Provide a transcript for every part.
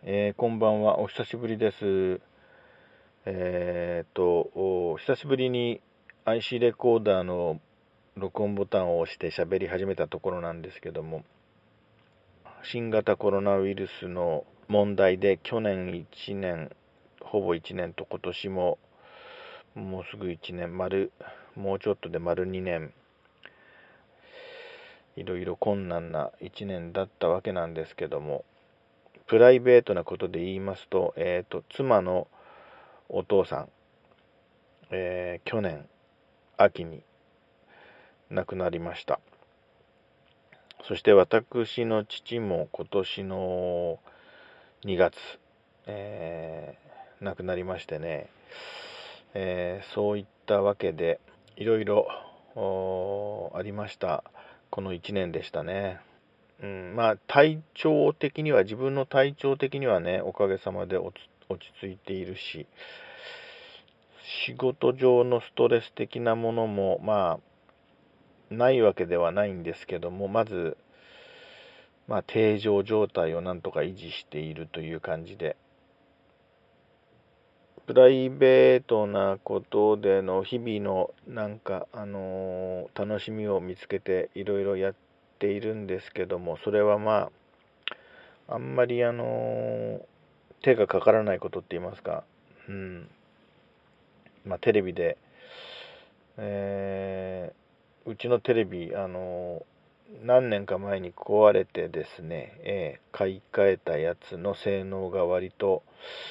こんばんは。お久しぶりです。久しぶりに IC レコーダーの録音ボタンを押して喋り始めたところなんですけども、新型コロナウイルスの問題で去年1年、ほぼ1年と今年ももうすぐ1年、もうちょっとで丸2年、いろいろ困難な1年だったわけなんですけども、プライベートなことで言いますと、妻のお父さん、去年秋に亡くなりました。そして私の父も今年の2月、亡くなりましてね、そういったわけでいろいろありましたこの1年でしたね。まあ自分の体調的にはね、おかげさまで落ち着いているし、仕事上のストレス的なものもないわけではないんですけども、まず定常状態をなんとか維持しているという感じで、プライベートなことでの日々の楽しみを見つけていろいろやっているんですけども、それはあんまり手がかからないことって言いますか、テレビで、うちのテレビ何年か前に壊れてですね、買い替えたやつの性能が割と、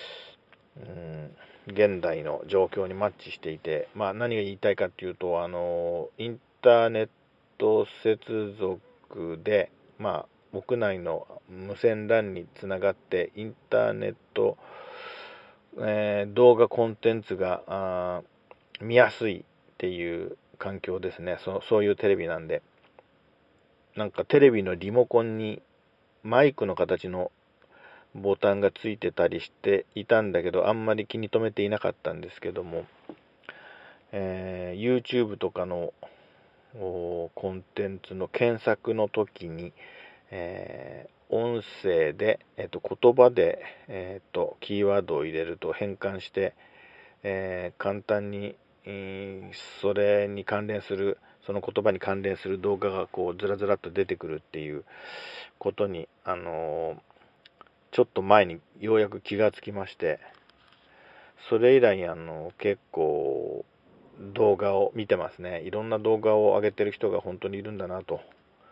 現代の状況にマッチしていて、何が言いたいかっていうと、インターネット接続で、屋内の無線 LAN につながってインターネット、動画コンテンツが見やすいっていう環境ですね。そういうテレビなんで、なんかテレビのリモコンにマイクの形のボタンがついてたりしていたんだけど、あんまり気に留めていなかったんですけども、YouTube とかのコンテンツの検索の時に、音声で、言葉で、キーワードを入れると変換して、簡単に、それに関連する、その言葉に関連する動画がこうずらずらっと出てくるっていうことに、ちょっと前にようやく気がつきまして、それ以来結構動画を見てますね。いろんな動画を上げてる人が本当にいるんだなと。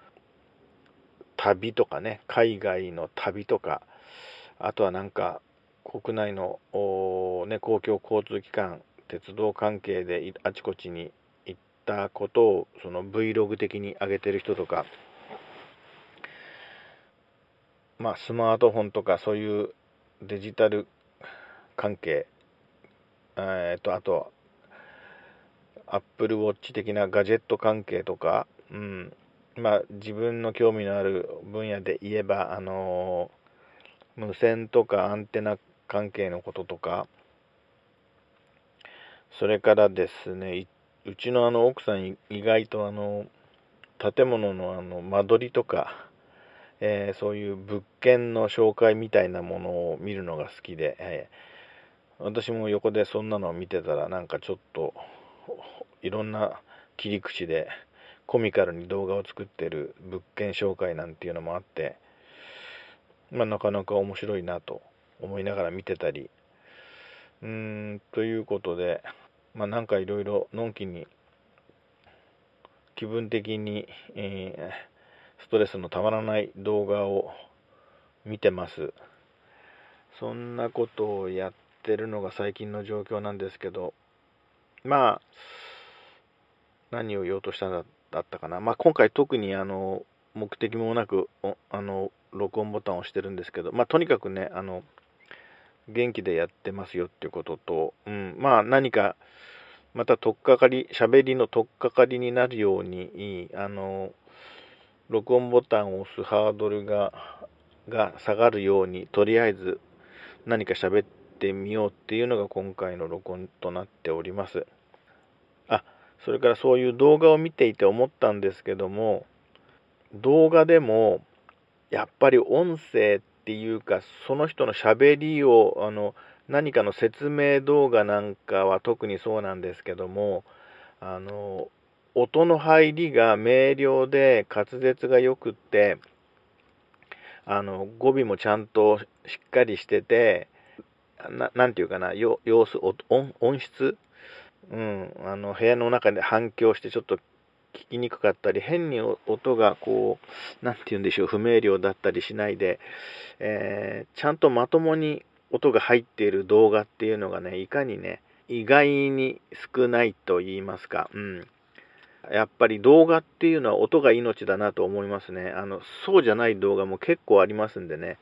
旅とかね、海外の旅とか、あとは国内の公共交通機関、鉄道関係であちこちに行ったことをその Vlog 的に上げてる人とか、スマートフォンとかそういうデジタル関係、あとアップルウォッチ的なガジェット関係とか、自分の興味のある分野で言えば、無線とかアンテナ関係のこととか、それからですね、うちの奥さん意外と建物の間取りとか、そういう物件の紹介みたいなものを見るのが好きで、私も横でそんなのを見てたらちょっといろんな切り口でコミカルに動画を作ってる物件紹介なんていうのもあって、なかなか面白いなと思いながら見てたり、ということで、いろいろのんきに気分的に、ストレスのたまらない動画を見てます。そんなことをやってるのが最近の状況なんですけど、何を言おうとしたんだったかな。今回特に目的もなく録音ボタンを押してるんですけど、とにかくね、元気でやってますよっていうことと、何かまた喋りの取っかかりになるように、録音ボタンを押すハードルが下がるように、とりあえず何か喋ってみようっていうのが今回の録音となっております。それからそういう動画を見ていて思ったんですけども、動画でもやっぱり音声ってっていうか、その人の喋りを何かの説明動画なんかは特にそうなんですけども、音の入りが明瞭で滑舌がよくって、語尾もちゃんとしっかりしてて、なんていうかな、様子、音質、部屋の中で反響してちょっと聞きにくかったり、変に音がこう、なんて言うんでしょう、不明瞭だったりしないで、ちゃんとまともに音が入っている動画っていうのがね、いかにね、意外に少ないと言いますか、やっぱり動画っていうのは音が命だなと思いますね。そうじゃない動画も結構ありますんでね。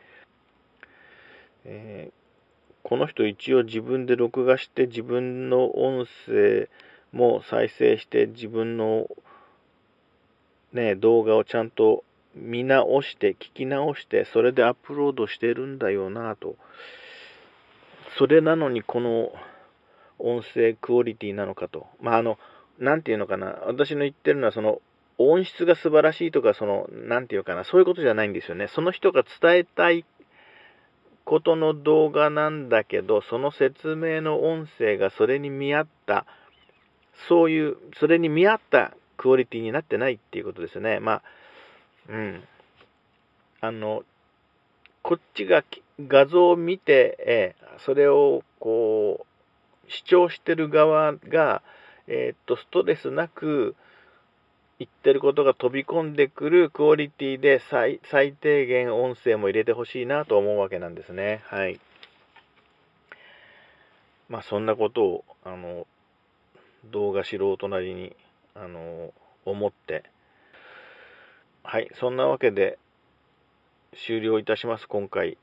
この人一応自分で録画して自分の音声も再生して自分のね、動画をちゃんと見直して聞き直してそれでアップロードしてるんだよなと。それなのにこの音声クオリティなのかと。なんていうのかな。私の言ってるのは音質が素晴らしいとかなんていうかな。そういうことじゃないんですよね。その人が伝えたいことの動画なんだけど、その説明の音声がそれに見合った、それに見合ったクオリティになってないっていうことですよね。こっちが画像を見て、それをこう、視聴してる側が、ストレスなく言ってることが飛び込んでくるクオリティで最低限音声も入れてほしいなと思うわけなんですね。はい。そんなことを、動画素人なりに、思って、はい、そんなわけで終了いたします、今回。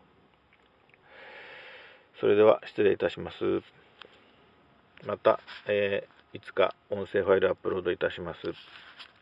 それでは失礼いたします。また、いつか音声ファイルアップロードいたします。